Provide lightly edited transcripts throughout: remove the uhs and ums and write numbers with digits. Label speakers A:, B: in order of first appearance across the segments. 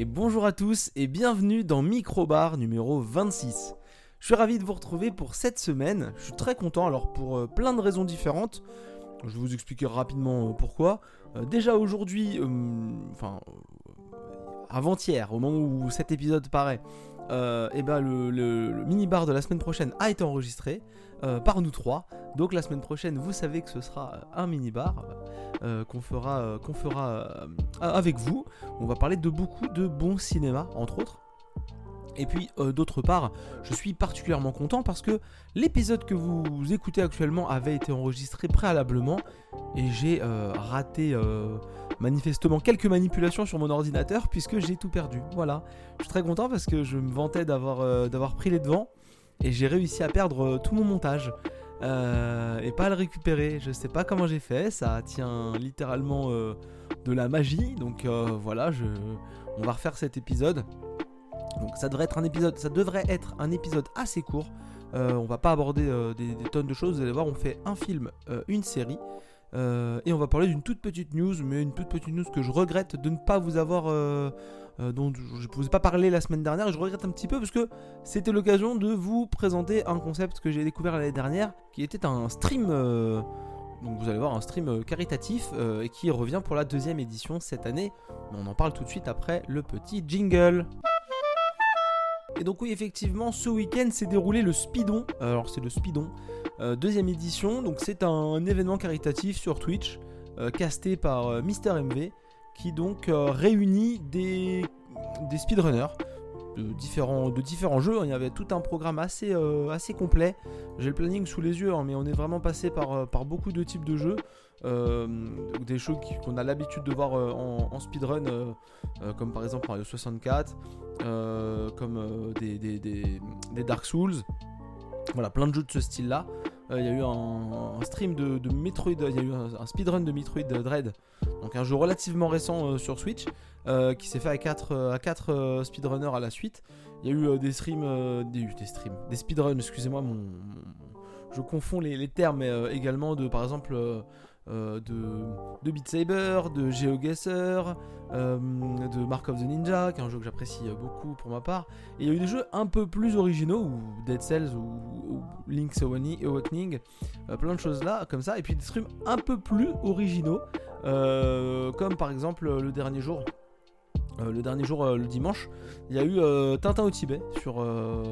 A: Et bonjour à tous et bienvenue dans Microbar numéro 26. Je suis ravi de vous retrouver pour cette semaine, je suis très content alors pour plein de raisons différentes. Je vais vous expliquer rapidement pourquoi. Déjà aujourd'hui, avant-hier, au moment où cet épisode paraît, le mini-bar de la semaine prochaine a été enregistré par nous trois. Donc la semaine prochaine, vous savez que ce sera un mini-bar qu'on fera avec vous. On va parler de beaucoup de bons cinéma, entre autres. Et puis d'autre part, je suis particulièrement content parce que l'épisode que vous écoutez actuellement avait été enregistré préalablement et j'ai raté manifestement quelques manipulations sur mon ordinateur puisque j'ai tout perdu. Voilà, je suis très content parce que je me vantais d'avoir pris les devants et j'ai réussi à perdre tout mon montage et pas à le récupérer. Je sais pas comment j'ai fait, ça tient littéralement de la magie. Donc voilà, on va refaire cet épisode. Donc ça devrait être un épisode assez court. On va pas aborder des tonnes de choses. Vous allez voir, on fait un film, une série, et on va parler d'une toute petite news, mais une toute petite news que je regrette de ne pas vous avoir, dont je ne vous ai pas parlé la semaine dernière. Et je regrette un petit peu parce que c'était l'occasion de vous présenter un concept que j'ai découvert l'année dernière, qui était un stream. Donc vous allez voir, un stream caritatif et qui revient pour la deuxième édition cette année. Mais on en parle tout de suite après le petit jingle. Et donc oui, effectivement, ce week-end s'est déroulé le Speedon. Alors c'est le Speedon, deuxième édition. Donc c'est un événement caritatif sur Twitch, casté par Mister MV, qui donc réunit des speedrunners de différents jeux. Il y avait tout un programme assez complet. J'ai le planning sous les yeux, mais on est vraiment passé par beaucoup de types de jeux. Des jeux qu'on a l'habitude de voir en speedrun, comme par exemple Mario 64, comme des Dark Souls. Voilà, plein de jeux de ce style là. Il y a eu un stream de Metroid, il y a eu un speedrun de Metroid Dread, donc un jeu relativement récent sur Switch, qui s'est fait à 4 speedrunners à la suite. Il y a eu des speedruns, excusez-moi, je confonds les termes, mais également par exemple de Beat Saber, de GeoGuessr, de Mark of the Ninja, qui est un jeu que j'apprécie beaucoup pour ma part. Et il y a eu des jeux un peu plus originaux, ou Dead Cells, ou Link's Awakening, plein de choses là, comme ça. Et puis des streams un peu plus originaux, comme par exemple le dernier jour, le dimanche, il y a eu Tintin au Tibet sur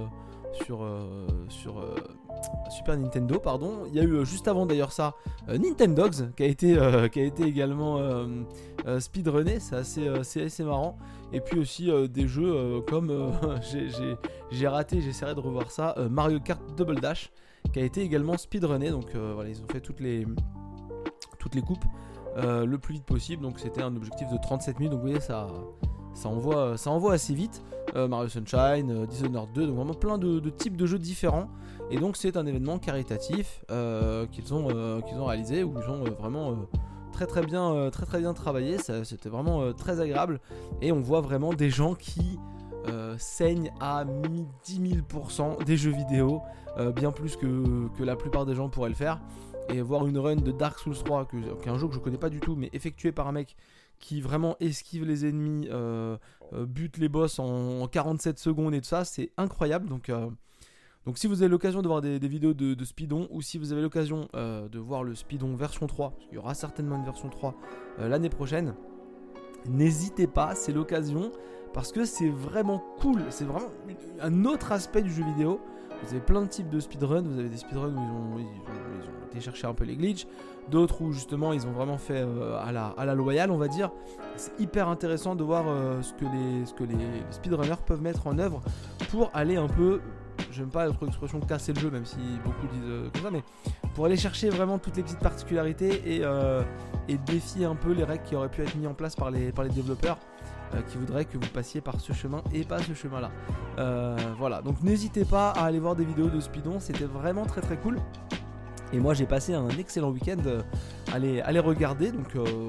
A: Super Nintendo, pardon. Il y a eu juste avant d'ailleurs ça Nintendogs qui a été également speedrunné. C'est assez marrant. Et puis aussi des jeux comme j'ai raté, j'essaierai de revoir ça, Mario Kart Double Dash qui a été également speedrunné. Donc voilà, ils ont fait toutes les coupes le plus vite possible. Donc c'était un objectif de 37 minutes. Donc vous voyez, ça envoie assez vite. Mario Sunshine, Dishonored 2, donc vraiment plein de types de jeux différents. Et donc c'est un événement caritatif qu'ils ont réalisé, où ils ont vraiment très bien travaillé. C'était vraiment très agréable. Et on voit vraiment des gens qui saignent à 10 000% des jeux vidéo, bien plus que la plupart des gens pourraient le faire. Et voir une run de Dark Souls 3, qui est un jeu que je connais pas du tout, mais effectué par un mec qui vraiment esquive les ennemis, bute les boss en 47 secondes et tout ça, c'est incroyable. Donc si vous avez l'occasion de voir des vidéos de Speedon, ou si vous avez l'occasion de voir le Speedon version 3, parce qu'il y aura certainement une version 3 l'année prochaine, n'hésitez pas, c'est l'occasion, parce que c'est vraiment cool, c'est vraiment un autre aspect du jeu vidéo. Vous avez plein de types de speedrun. Vous avez des speedruns où ils ont été chercher un peu les glitches, d'autres où justement ils ont vraiment fait à la loyale, on va dire. C'est hyper intéressant de voir ce que les speedrunners peuvent mettre en œuvre pour aller un peu, j'aime pas l'autre expression, casser le jeu, même si beaucoup disent comme ça, mais pour aller chercher vraiment toutes les petites particularités et défier un peu les règles qui auraient pu être mises en place par les développeurs, qui voudraient que vous passiez par ce chemin et pas ce chemin là. Voilà, donc n'hésitez pas à aller voir des vidéos de Speedon, c'était vraiment très très cool. Et moi j'ai passé un excellent week-end à les regarder, donc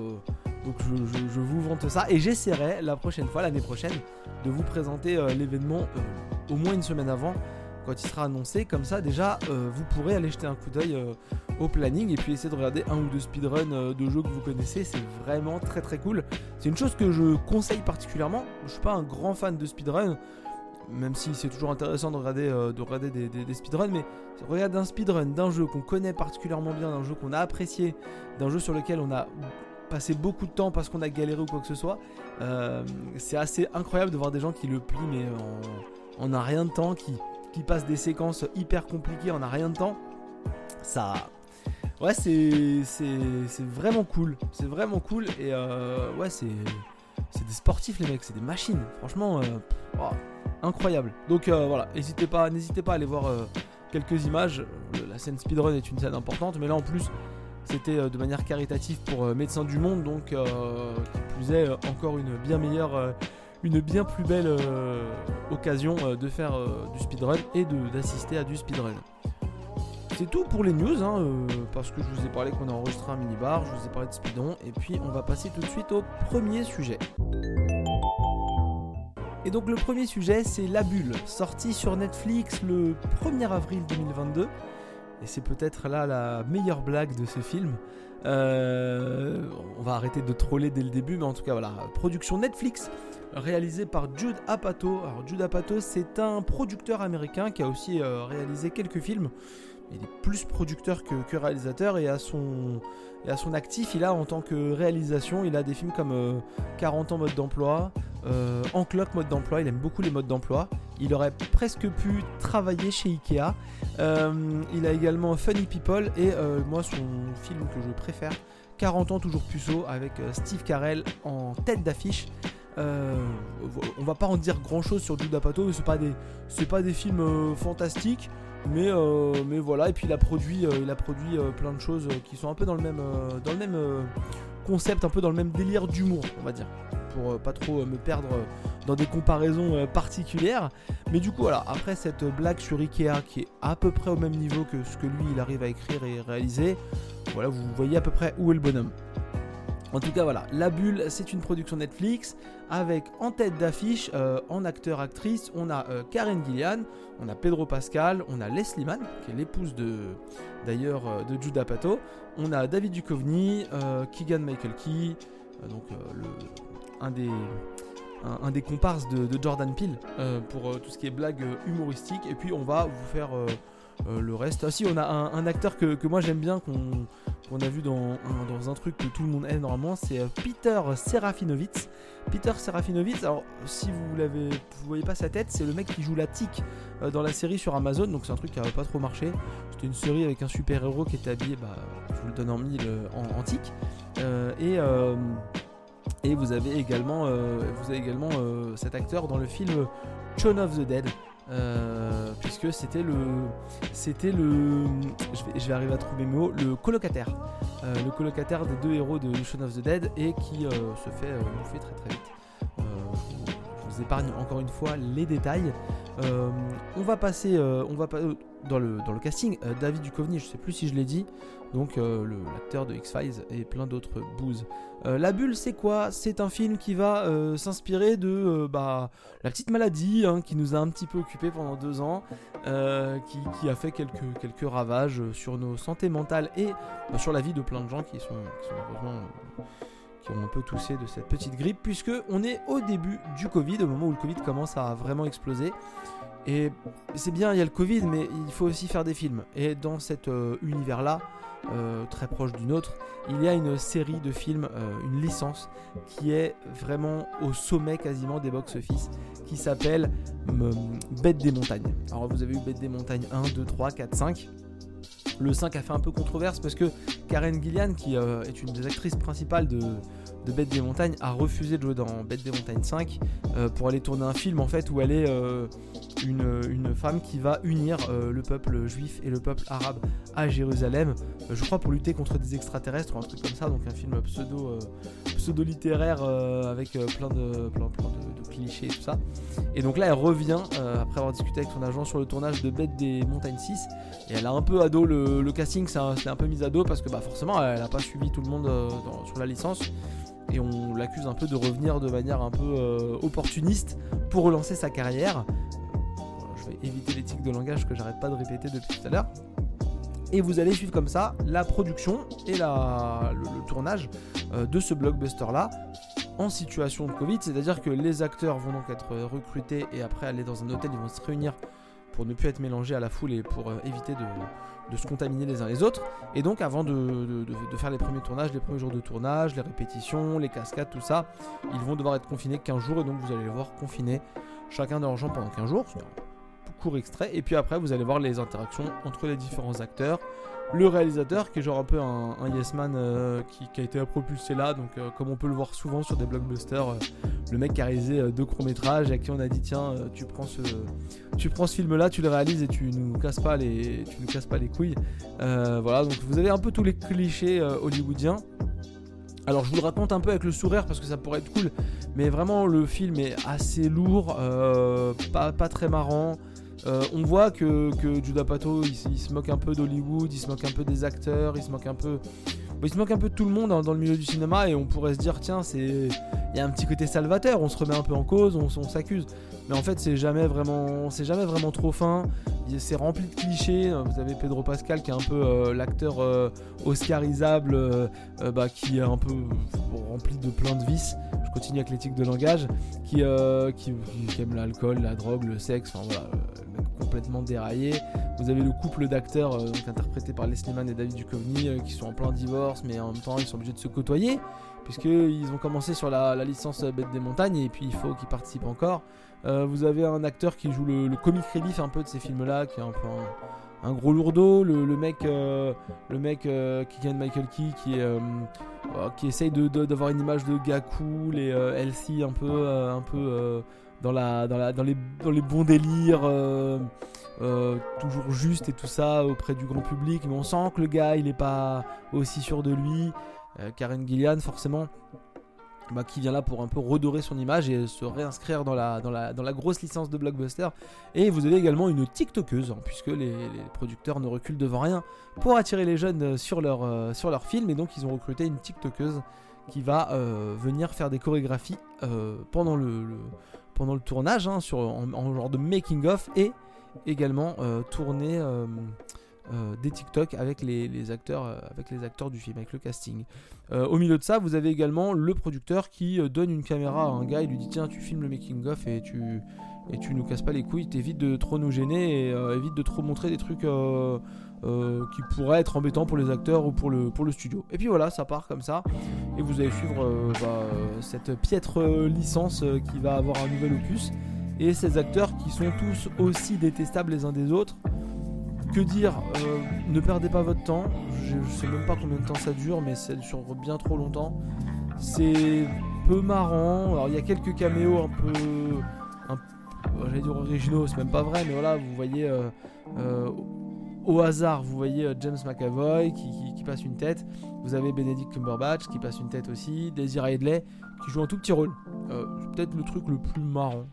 A: je vous vante ça. Et j'essaierai l'année prochaine, de vous présenter l'événement au moins une semaine avant, quand il sera annoncé. Comme ça déjà vous pourrez aller jeter un coup d'œil au planning et puis essayer de regarder un ou deux speedruns de jeux que vous connaissez. C'est vraiment très très cool. C'est une chose que je conseille particulièrement. Je suis pas un grand fan de speedrun, même si c'est toujours intéressant de regarder des speedruns, mais regarder un speedrun d'un jeu qu'on connaît particulièrement bien, d'un jeu qu'on a apprécié, d'un jeu sur lequel on a passé beaucoup de temps parce qu'on a galéré ou quoi que ce soit, c'est assez incroyable de voir des gens qui le plient mais en un rien de temps, qui passent des séquences hyper compliquées en un rien de temps. Ça, ouais, c'est vraiment cool, c'est vraiment cool et ouais, c'est des sportifs les mecs, c'est des machines, franchement, incroyable. Donc voilà, n'hésitez pas à aller voir quelques images. La scène speedrun est une scène importante, mais là en plus c'était de manière caritative pour Médecins du Monde, donc qui plus est encore une bien plus belle occasion de faire du speedrun et d'assister à du speedrun. C'est tout pour les news, parce que je vous ai parlé qu'on a enregistré un mini-bar, je vous ai parlé de Speedon, et puis on va passer tout de suite au premier sujet. Et donc le premier sujet, c'est La Bulle, sorti sur Netflix le 1er avril 2022. Et c'est peut-être là la meilleure blague de ce film. On va arrêter de troller dès le début, mais en tout cas voilà, production Netflix, réalisée par Judd Apatow. Alors Judd Apatow, c'est un producteur américain qui a aussi réalisé quelques films. Il est plus producteur que réalisateur, et à son actif, il a en tant que réalisation, il a des films comme 40 ans mode d'emploi, Encloque mode d'emploi. Il aime beaucoup les modes d'emploi. Il aurait presque pu travailler chez Ikea. Il a également Funny People et moi son film que je préfère, 40 ans toujours puceau, avec Steve Carell en tête d'affiche. On va pas en dire grand chose sur Judd Apatow, c'est pas des films fantastiques, mais voilà. Et puis il a produit plein de choses qui sont un peu dans le même concept, un peu dans le même délire d'humour, on va dire, pour pas trop me perdre dans des comparaisons particulières. Mais du coup voilà, après cette blague sur Ikea qui est à peu près au même niveau que ce que lui il arrive à écrire et réaliser, voilà, vous voyez à peu près où est le bonhomme. En tout cas voilà, La Bulle, c'est une production Netflix avec en tête d'affiche, en acteur-actrice, on a Karen Gillan, on a Pedro Pascal, on a Leslie Mann, qui est l'épouse de Judd Apatow, on a David Duchovny, Keegan-Michael Key, donc un des comparses de Jordan Peele pour tout ce qui est blague humoristique. Et puis on va vous faire le reste. Ah si, on a un acteur que moi j'aime bien, qu'on a vu dans un truc que tout le monde aime normalement, c'est Peter Serafinowicz. Peter Serafinowicz, alors si vous voyez pas sa tête, c'est le mec qui joue la tique dans la série sur Amazon, donc c'est un truc qui n'avait pas trop marché. C'était une série avec un super héros qui était habillé, je vous le donne en mille, en tique. Et vous avez également cet acteur dans le film Shaun of the Dead. Puisque c'était le je vais arriver à trouver mes mots, le colocataire des deux héros de Shaun of the Dead, et qui se fait bouffer très très vite. Je vous épargne encore une fois les détails. On va passer dans le casting, David Duchovny, je sais plus si je l'ai dit, donc l'acteur de X-Files et plein d'autres bouses. La Bulle, c'est quoi ? C'est un film qui va s'inspirer de la petite maladie qui nous a un petit peu occupés pendant 2 ans, qui a fait quelques ravages sur nos santé mentales et sur la vie de plein de gens qui sont heureusement qui ont un peu toussé de cette petite grippe, puisque on est au début du Covid, au moment où le Covid commence à vraiment exploser. Et c'est bien, il y a le Covid, mais il faut aussi faire des films. Et dans cet univers-là, très proche du nôtre, il y a une série de films, une licence qui est vraiment au sommet quasiment des box-office, qui s'appelle Bête des montagnes. Alors vous avez eu Bête des montagnes 1, 2, 3, 4, 5. Le 5 a fait un peu controverse parce que Karen Gillan, qui est une des actrices principales de Bête des montagnes, a refusé de jouer dans Bête des montagnes 5 pour aller tourner un film en fait où elle est une femme qui va unir le peuple juif et le peuple arabe à Jérusalem, je crois pour lutter contre des extraterrestres ou un truc comme ça, donc un film pseudo-littéraire avec plein de clichés et tout ça. Et donc là elle revient après avoir discuté avec son agent sur le tournage de Bête des montagnes 6, et elle a un peu ado le casting, c'est un peu mis à dos parce que forcément elle n'a pas suivi tout le monde sur la licence. Et on l'accuse un peu de revenir de manière un peu opportuniste pour relancer sa carrière. Je je vais éviter les tics de langage que j'arrête pas de répéter depuis tout à l'heure. Et vous allez suivre comme ça la production et le tournage de ce blockbuster-là en situation de Covid. C'est-à-dire que les acteurs vont donc être recrutés et après aller dans un hôtel, ils vont se réunir pour ne plus être mélangés à la foule et pour éviter de se contaminer les uns les autres. Et donc avant de faire les premiers tournages, les premiers jours de tournage, les répétitions, les cascades, tout ça, ils vont devoir être confinés 15 jours et donc vous allez les voir confinés chacun dans leur chambre pendant 15 jours. C'est un court extrait. Et puis après vous allez voir les interactions entre les différents acteurs. Le réalisateur qui est genre un peu un yes man qui a été propulsé là, donc comme on peut le voir souvent sur des blockbusters, le mec qui a réalisé 2 courts-métrages et à qui on a dit tiens tu prends ce film là, tu le réalises et tu nous casses pas les couilles. Voilà, donc vous avez un peu tous les clichés hollywoodiens. Alors je vous le raconte un peu avec le sourire parce que ça pourrait être cool, mais vraiment le film est assez lourd, pas très marrant. On voit que Judd Apatow il se moque un peu d'Hollywood, il se moque un peu des acteurs, il se moque un peu de tout le monde dans le milieu du cinéma et on pourrait se dire tiens il y a un petit côté salvateur, on se remet un peu en cause, on s'accuse. Mais en fait c'est jamais vraiment trop fin, c'est rempli de clichés. Vous avez Pedro Pascal qui est un peu l'acteur oscarisable qui est un peu rempli de plein de vices. Je continue avec l'éthique de langage, qui aime l'alcool, la drogue, le sexe, enfin voilà, complètement déraillé. Vous avez le couple d'acteurs interprété par Leslie Mann et David Duchovny qui sont en plein divorce, mais en même temps ils sont obligés de se côtoyer puisqu'ils ont commencé sur la licence Bête des montagnes et puis il faut qu'ils participent encore. Vous avez un acteur qui joue le comic relief un peu de ces films là, qui est un peu un gros lourdeau, le mec qui vient de Michael Key qui essaye d'avoir une image de gars cool et healthy un peu dans les bons délires, toujours juste et tout ça auprès du grand public, mais on sent que le gars il est pas aussi sûr de lui. Karen Gillan forcément qui vient là pour un peu redorer son image et se réinscrire dans la grosse licence de blockbuster. Et vous avez également une TikTokeuse, puisque les producteurs ne reculent devant rien pour attirer les jeunes sur leur film, et donc ils ont recruté une TikTokeuse qui va venir faire des chorégraphies pendant le tournage, en genre de making of, et également tourner des TikTok avec les acteurs du film, avec le casting. Au milieu de ça, vous avez également le producteur qui donne une caméra à un gars, il lui dit tiens tu filmes le making of et tu nous casses pas les couilles, t'évites de trop nous gêner et évite de trop montrer des trucs qui pourraient être embêtants pour les acteurs ou pour le studio. Et puis voilà, ça part comme ça et vous allez suivre cette piètre licence qui va avoir un nouvel opus et ces acteurs qui sont tous aussi détestables les uns des autres. Que dire, ne perdez pas votre temps, je sais même pas combien de temps ça dure, mais ça dure bien trop longtemps. C'est peu marrant, alors il y a quelques caméos un peu j'allais dire originaux, c'est même pas vrai, mais voilà, vous voyez au hasard, vous voyez James McAvoy qui passe une tête, vous avez Benedict Cumberbatch qui passe une tête aussi, Daisy Ridley qui joue un tout petit rôle, c'est peut-être le truc le plus marrant.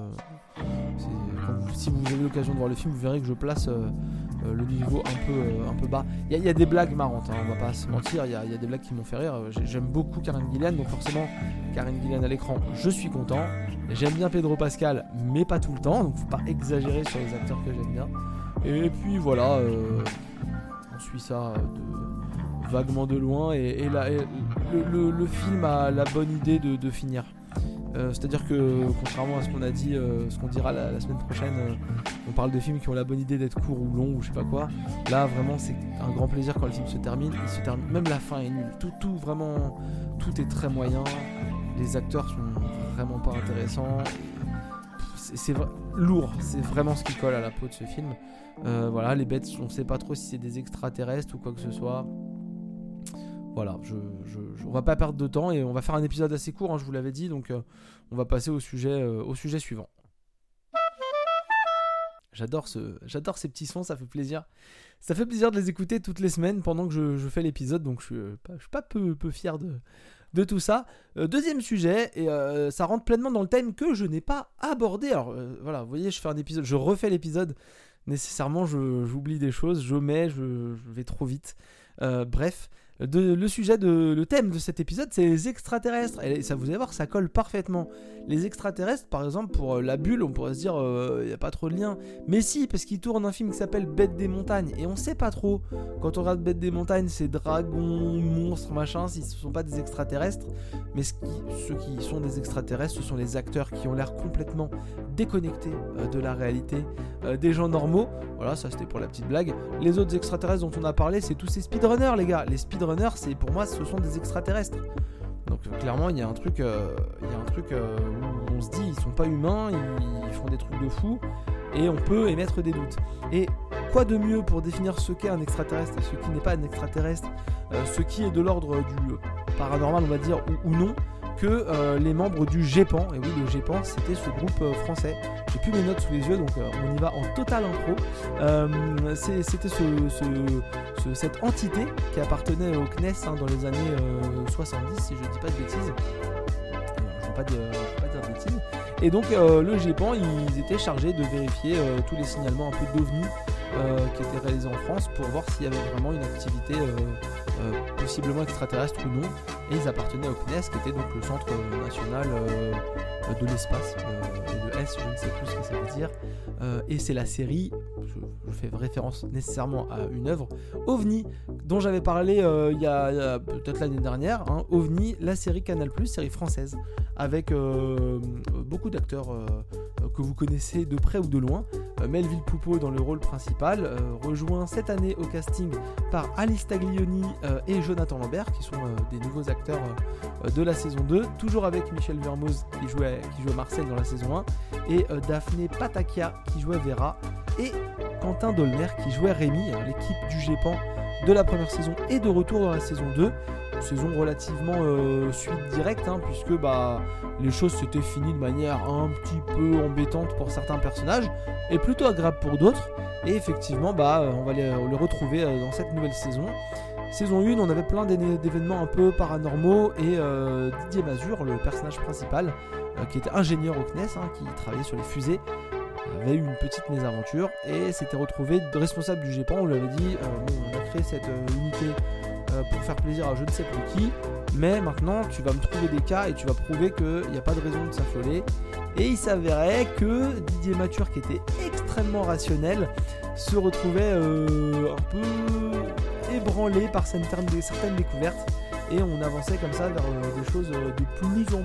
A: Si vous avez l'occasion de voir le film, vous verrez que je place le niveau un peu bas. Il y a des blagues marrantes, on va pas se mentir, il y a des blagues qui m'ont fait rire. J'aime beaucoup Karen Gillan, donc forcément Karen Gillan à l'écran, je suis content. J'aime bien Pedro Pascal, mais pas tout le temps, donc faut pas exagérer sur les acteurs que j'aime bien. Et puis voilà, on suit ça vaguement de loin et le film a la bonne idée de finir. C'est-à-dire que contrairement à ce qu'on a dit, ce qu'on dira la semaine prochaine, on parle de films qui ont la bonne idée d'être courts ou longs ou je sais pas quoi. Là vraiment c'est un grand plaisir quand le film se termine. Il se termine, même la fin est nulle. Tout vraiment, tout est très moyen. Les acteurs sont vraiment pas intéressants. C'est lourd. C'est vraiment ce qui colle à la peau de ce film. Voilà, les bêtes, on sait pas trop si c'est des extraterrestres ou quoi que ce soit. Voilà, on va pas perdre de temps et on va faire un épisode assez court, je vous l'avais dit, donc on va passer au sujet suivant. J'adore ces petits sons, ça fait plaisir. Ça fait plaisir de les écouter toutes les semaines pendant que je fais l'épisode, donc je suis pas peu fier de tout ça. Deuxième sujet, et ça rentre pleinement dans le thème que je n'ai pas abordé. Alors voilà, vous voyez, je fais un épisode, je refais l'épisode, nécessairement j'oublie des choses, je vais trop vite. Bref, le thème de cet épisode, c'est les extraterrestres. Et ça, vous allez voir, ça colle parfaitement. Les extraterrestres, par exemple, pour la bulle, on pourrait se dire, il n'y a pas trop de lien. Mais si, parce qu'il tourne un film qui s'appelle Bête des montagnes. Et on sait pas trop, quand on regarde Bête des montagnes, c'est dragons, monstres, machin, si ce ne sont pas des extraterrestres. Mais ceux qui sont des extraterrestres, ce sont les acteurs qui ont l'air complètement déconnectés de la réalité des gens normaux. Voilà, ça c'était pour la petite blague. Les autres extraterrestres dont on a parlé, c'est tous ces speedrunners, les gars. Les speedrunners, c'est pour moi, ce sont des extraterrestres. Donc clairement, il y a un truc où on se dit, ils sont pas humains, ils font des trucs de fou, et on peut émettre des doutes. Et quoi de mieux pour définir ce qu'est un extraterrestre et ce qui n'est pas un extraterrestre, ce qui est de l'ordre du paranormal, on va dire, ou non, que les membres du GEPAN. Et oui, le GEPAN, c'était ce groupe français. J'ai plus mes notes sous les yeux, donc on y va en total impro. C'était cette entité qui appartenait au CNES dans les années 70, si je dis pas de bêtises. Je ne veux pas dire de bêtises. Et donc le GEPAN, ils étaient chargés de vérifier tous les signalements un peu d'OVNI qui étaient réalisés en France pour voir s'il y avait vraiment une activité possiblement extraterrestre ou non. Et ils appartenaient au CNES, qui était donc le Centre National de l'Espace, et de S, je ne sais plus ce que ça veut dire. Et c'est la série, je fais référence nécessairement à une œuvre, OVNI, dont j'avais parlé il y a peut-être l'année dernière, OVNI, la série Canal+, série française, avec beaucoup d'acteurs que vous connaissez de près ou de loin. Melville Poupeau dans le rôle principal, rejoint cette année au casting par Alice Taglioni et Jonathan Lambert, qui sont des nouveaux acteurs de la saison 2, toujours avec Michel Vermoz qui jouait Marcel dans la saison 1, et Daphné Patakia qui jouait Vera, et Quentin Dolner qui jouait Rémi. L'équipe du GEPAN de la première saison est de retour dans la saison 2. Saison relativement suite directe, puisque les choses s'étaient finies de manière un petit peu embêtante pour certains personnages et plutôt agréable pour d'autres. Et effectivement, on va les retrouver dans cette nouvelle saison. Saison 1, on avait plein d'événements un peu paranormaux, et Didier Mazur, le personnage principal, qui était ingénieur au CNES, qui travaillait sur les fusées, avait eu une petite mésaventure et s'était retrouvé responsable du GEPAN. On lui avait dit on a créé cette unité pour faire plaisir à je ne sais plus qui, mais maintenant tu vas me trouver des cas et tu vas prouver qu'il n'y a pas de raison de s'affoler. Et il s'avérait que Didier Mature, qui était extrêmement rationnel, se retrouvait un peu ébranlé par certaines découvertes, et on avançait comme ça vers des choses de plus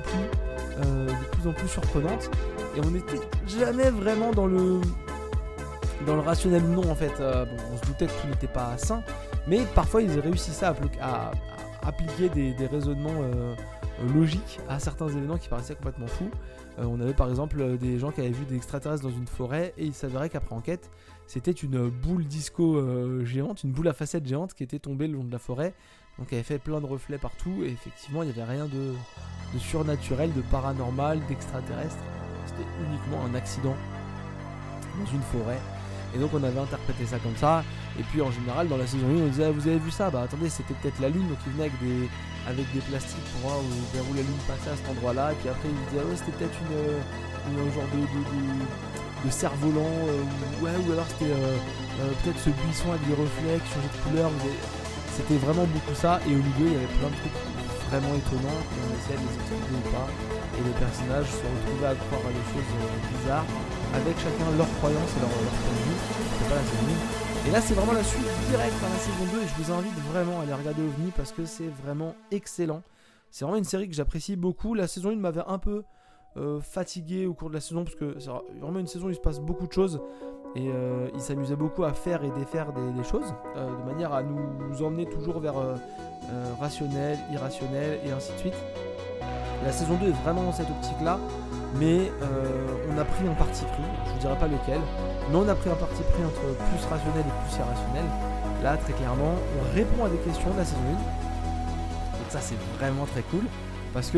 A: en plus surprenantes, et on n'était jamais vraiment dans le rationnel, non, en fait. On se doutait que tout n'était pas sain, mais parfois ils réussissaient à appliquer des raisonnements logiques à certains événements qui paraissaient complètement fous. On avait par exemple des gens qui avaient vu des extraterrestres dans une forêt, et il s'avérait qu'après enquête, c'était une boule disco géante, une boule à facettes géante qui était tombée le long de la forêt, donc elle avait fait plein de reflets partout, et effectivement il n'y avait rien de surnaturel, de paranormal, d'extraterrestre. C'était uniquement un accident dans une forêt. Et donc on avait interprété ça comme ça. Et puis en général dans la saison 1 on disait vous avez vu ça, attendez, c'était peut-être la lune. Donc ils venaient avec des plastiques pour voir vers où la lune passait à cet endroit là. Et puis après ils disaient c'était peut-être un genre de cerf-volant, ou alors c'était peut-être ce buisson avec des reflets qui changeaient de couleur. C'était vraiment beaucoup ça. Et au milieu il y avait plein de trucs vraiment étonnants, et on essayait de les expliquer ou pas. Et les personnages se retrouvaient à croire à des choses bizarres, avec chacun leur croyance et leur point de vue. C'est pas la saison 1. Et là c'est vraiment la suite directe dans la saison 2, et je vous invite vraiment à aller regarder OVNI parce que c'est vraiment excellent. C'est vraiment une série que j'apprécie beaucoup. La saison 1 m'avait un peu fatigué au cours de la saison, parce que c'est vraiment une saison où il se passe beaucoup de choses, et il s'amusait beaucoup à faire et défaire des choses, de manière à nous emmener toujours vers rationnel, irrationnel, et ainsi de suite. La saison 2 est vraiment dans cette optique-là, mais on a pris un parti pris, je vous dirai pas lequel, mais on a pris un parti pris entre plus rationnel et plus irrationnel. Là, très clairement, on répond à des questions de la saison 1, donc ça c'est vraiment très cool, parce que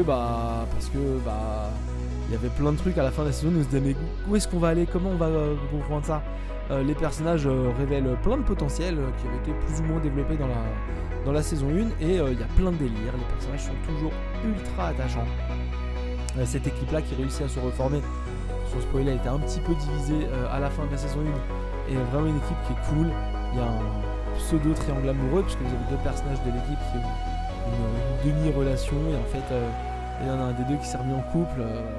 A: il y avait plein de trucs à la fin de la saison où on se disait mais où est-ce qu'on va aller, comment on va comprendre ça. Les personnages révèlent plein de potentiel qui avaient été plus ou moins développés dans la saison 1, et il y a plein de délires, les personnages sont toujours ultra attachants. Cette équipe-là qui réussit à se reformer, son spoiler a été un petit peu divisé à la fin de la saison 1, et vraiment une équipe qui est cool. Il y a pseudo-triangle amoureux, puisque vous avez deux personnages de l'équipe qui ont une demi-relation, et en fait, il y en a un des deux qui s'est remis en couple.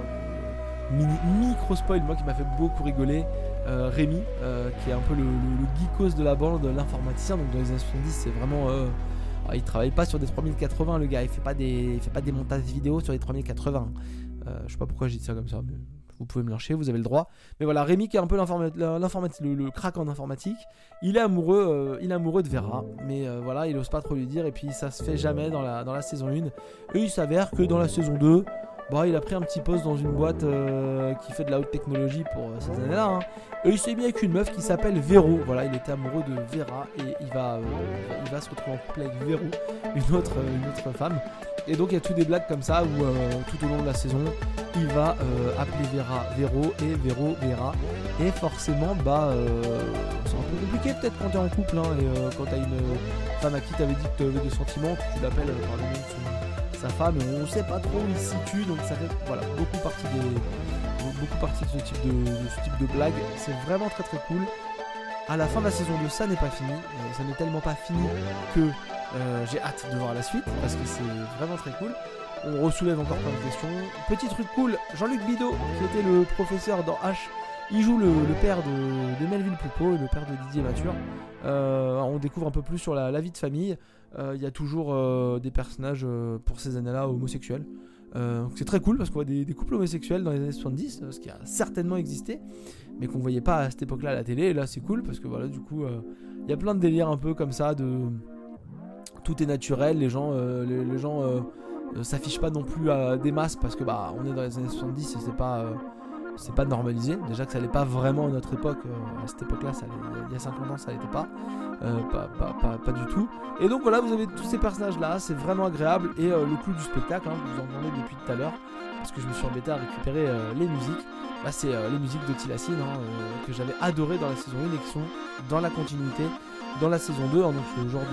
A: Micro-spoil, moi qui m'a fait beaucoup rigoler. Rémi, qui est un peu le geekos de la bande, l'informaticien, donc dans les années 70, c'est vraiment... il travaille pas sur des 3080, le gars, il fait pas des montages vidéo sur les 3080. Je sais pas pourquoi j'ai dit ça comme ça, mais vous pouvez me lâcher, vous avez le droit. Mais voilà, Rémi qui est un peu le crack en informatique, il est amoureux de Vera, mais voilà, il ose pas trop lui dire, et puis ça se fait jamais dans la saison 1. Et il s'avère que dans la saison 2, il a pris un petit poste dans une boîte qui fait de la haute technologie pour ces années-là. Hein. Et il s'est mis avec une meuf qui s'appelle Véro. Voilà, il était amoureux de Vera et il va se retrouver en couple avec Véro, une autre femme. Et donc il y a tout des blagues comme ça où tout au long de la saison, il va appeler Vera Véro et Véro Vera. Et forcément, c'est un peu compliqué peut-être quand t'es en couple, hein, et quand t'as une femme à qui t'avais dit que t'avais des sentiments, que tu l'appelles par le nom de sa femme, on ne sait pas trop où il se situe, donc ça fait beaucoup partie de ce type de blague. C'est vraiment très très cool. À la fin de la saison 2, ça n'est pas fini, ça n'est tellement pas fini que j'ai hâte de voir la suite, parce que c'est vraiment très cool. On ressoulève encore plein de questions. Petit truc cool, Jean-Luc Bidot, qui était le professeur dans H, il joue le père de Melville Poupeau, le père de Didier Mathur. On découvre un peu plus sur la vie de famille. Il y a toujours des personnages pour ces années-là homosexuels. C'est très cool parce qu'on voit des couples homosexuels dans les années 70, ce qui a certainement existé, mais qu'on voyait pas à cette époque-là à la télé. Et là, c'est cool parce que voilà, du coup, il y a plein de délires un peu comme ça, tout est naturel, les gens s'affichent pas non plus à des masses parce que on est dans les années 70 et c'est pas normalisé. Déjà que ça l'est pas vraiment à notre époque, à cette époque-là, il y a 50 ans, ça l'était pas. Pas du tout. Et donc voilà, vous avez tous ces personnages là, c'est vraiment agréable. Et le clou du spectacle, hein, vous en entendez depuis tout à l'heure, parce que je me suis embêté à récupérer les musiques. Là, c'est les musiques de Tilassine, que j'avais adoré dans la saison 1 et qui sont dans la continuité dans la saison 2, hein, donc ce genre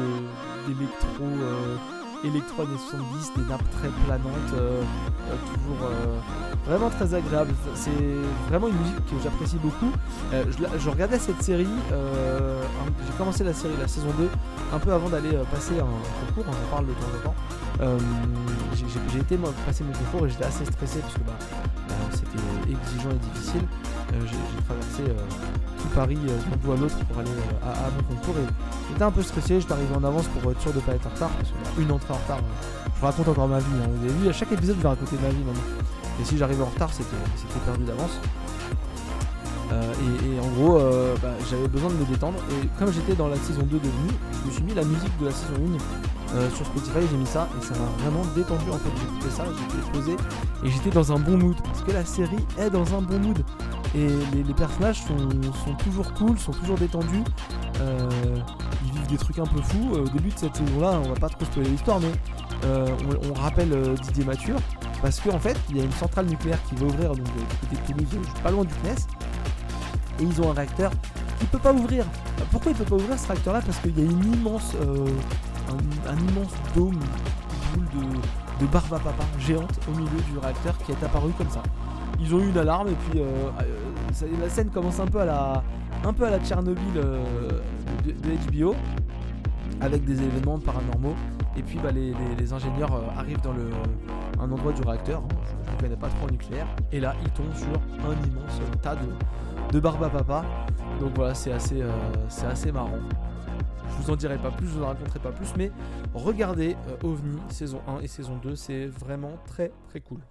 A: électro années 70, des nappes très planantes, toujours vraiment très agréable. C'est vraiment une musique que j'apprécie beaucoup. Je regardais cette série, j'ai commencé la saison 2 un peu avant d'aller passer un concours, on en parle de temps en temps. J'ai été passer mon concours et j'étais assez stressé parce que c'était exigeant et difficile. J'ai traversé tout Paris d'un bout à l'autre pour aller à mon concours et j'étais un peu stressé. J'étais arrivé en avance pour être sûr de ne pas être en retard parce qu'il y a une entrée en retard. Je raconte encore ma vie, hein. Vous avez vu, à chaque épisode je vais raconter ma vie maintenant. Et si j'arrivais en retard, c'était perdu d'avance. Et en gros, j'avais besoin de me détendre. Et comme j'étais dans la saison 2 de Venu, je me suis mis la musique de la saison 1 sur Spotify, j'ai mis ça et ça m'a vraiment détendu. En fait, j'ai écouté ça, j'étais posé et j'étais dans un bon mood parce que la série est dans un bon mood. Et les personnages sont toujours cool, sont toujours détendus. Ils vivent des trucs un peu fous. Au début de cette saison-là, on va pas trop spoiler l'histoire, mais on rappelle Didier Mathur parce qu'en fait, il y a une centrale nucléaire qui va ouvrir donc, du côté de Toulouse, pas loin du CNES. Et ils ont un réacteur qui peut pas ouvrir. Pourquoi il peut pas ouvrir ce réacteur-là? Parce qu'il y a une immense, un immense dôme, boule de barbe à papa géante au milieu du réacteur qui est apparu comme ça. Ils ont eu une alarme et puis la scène commence un peu à la Tchernobyl de HBO avec des événements paranormaux. Et puis les ingénieurs arrivent dans un endroit du réacteur. Je ne connais pas trop en nucléaire. Et là, ils tombent sur un immense tas de barbe à papa. Donc voilà, c'est assez marrant. Je vous en dirai pas plus, je vous en raconterai pas plus, mais regardez OVNI saison 1 et saison 2, c'est vraiment très très cool.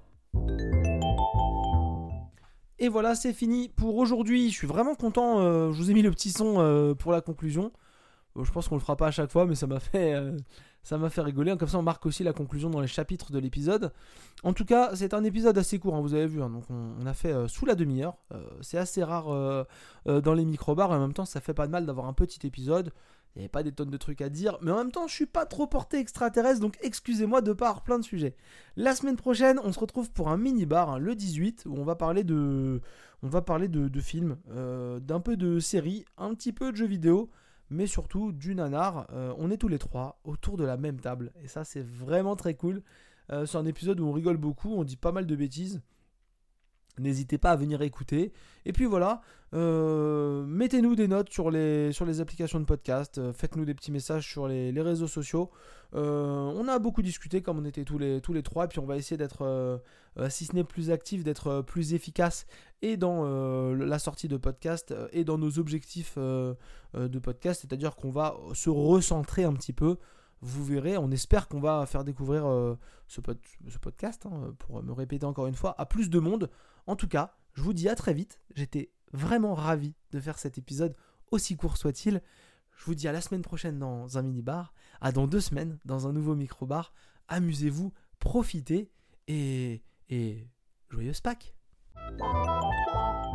A: Et voilà, c'est fini pour aujourd'hui. Je suis vraiment content, je vous ai mis le petit son pour la conclusion. Je pense qu'on le fera pas à chaque fois, mais ça m'a fait rigoler. Comme ça, on marque aussi la conclusion dans les chapitres de l'épisode. En tout cas, c'est un épisode assez court, hein, vous avez vu. Hein, donc, on a fait sous la demi-heure. C'est assez rare dans les micro-bars. Et en même temps, ça fait pas de mal d'avoir un petit épisode. Il n'y avait pas des tonnes de trucs à dire. Mais en même temps, je suis pas trop porté extraterrestre. Donc, excusez-moi de pas avoir plein de sujets. La semaine prochaine, on se retrouve pour un mini-bar, hein, le 18, où on va parler de films, d'un peu de séries, un petit peu de jeux vidéo. Mais surtout du nanar. On est tous les trois autour de la même table et ça c'est vraiment très cool. C'est un épisode où on rigole beaucoup, on dit pas mal de bêtises N'hésitez pas à venir écouter. Et puis voilà, mettez-nous des notes sur les applications de podcast. Faites-nous des petits messages sur les réseaux sociaux. On a beaucoup discuté comme on était tous les trois. Et puis on va essayer d'être, si ce n'est plus actif, d'être plus efficace et dans la sortie de podcast et dans nos objectifs de podcast. C'est-à-dire qu'on va se recentrer un petit peu. Vous verrez, on espère qu'on va faire découvrir ce podcast, pour me répéter encore une fois, à plus de monde. En tout cas, je vous dis à très vite. J'étais vraiment ravi de faire cet épisode, aussi court soit-il. Je vous dis à la semaine prochaine dans un mini-bar, à dans 2 semaines dans un nouveau micro-bar. Amusez-vous, profitez et joyeuse Pâques.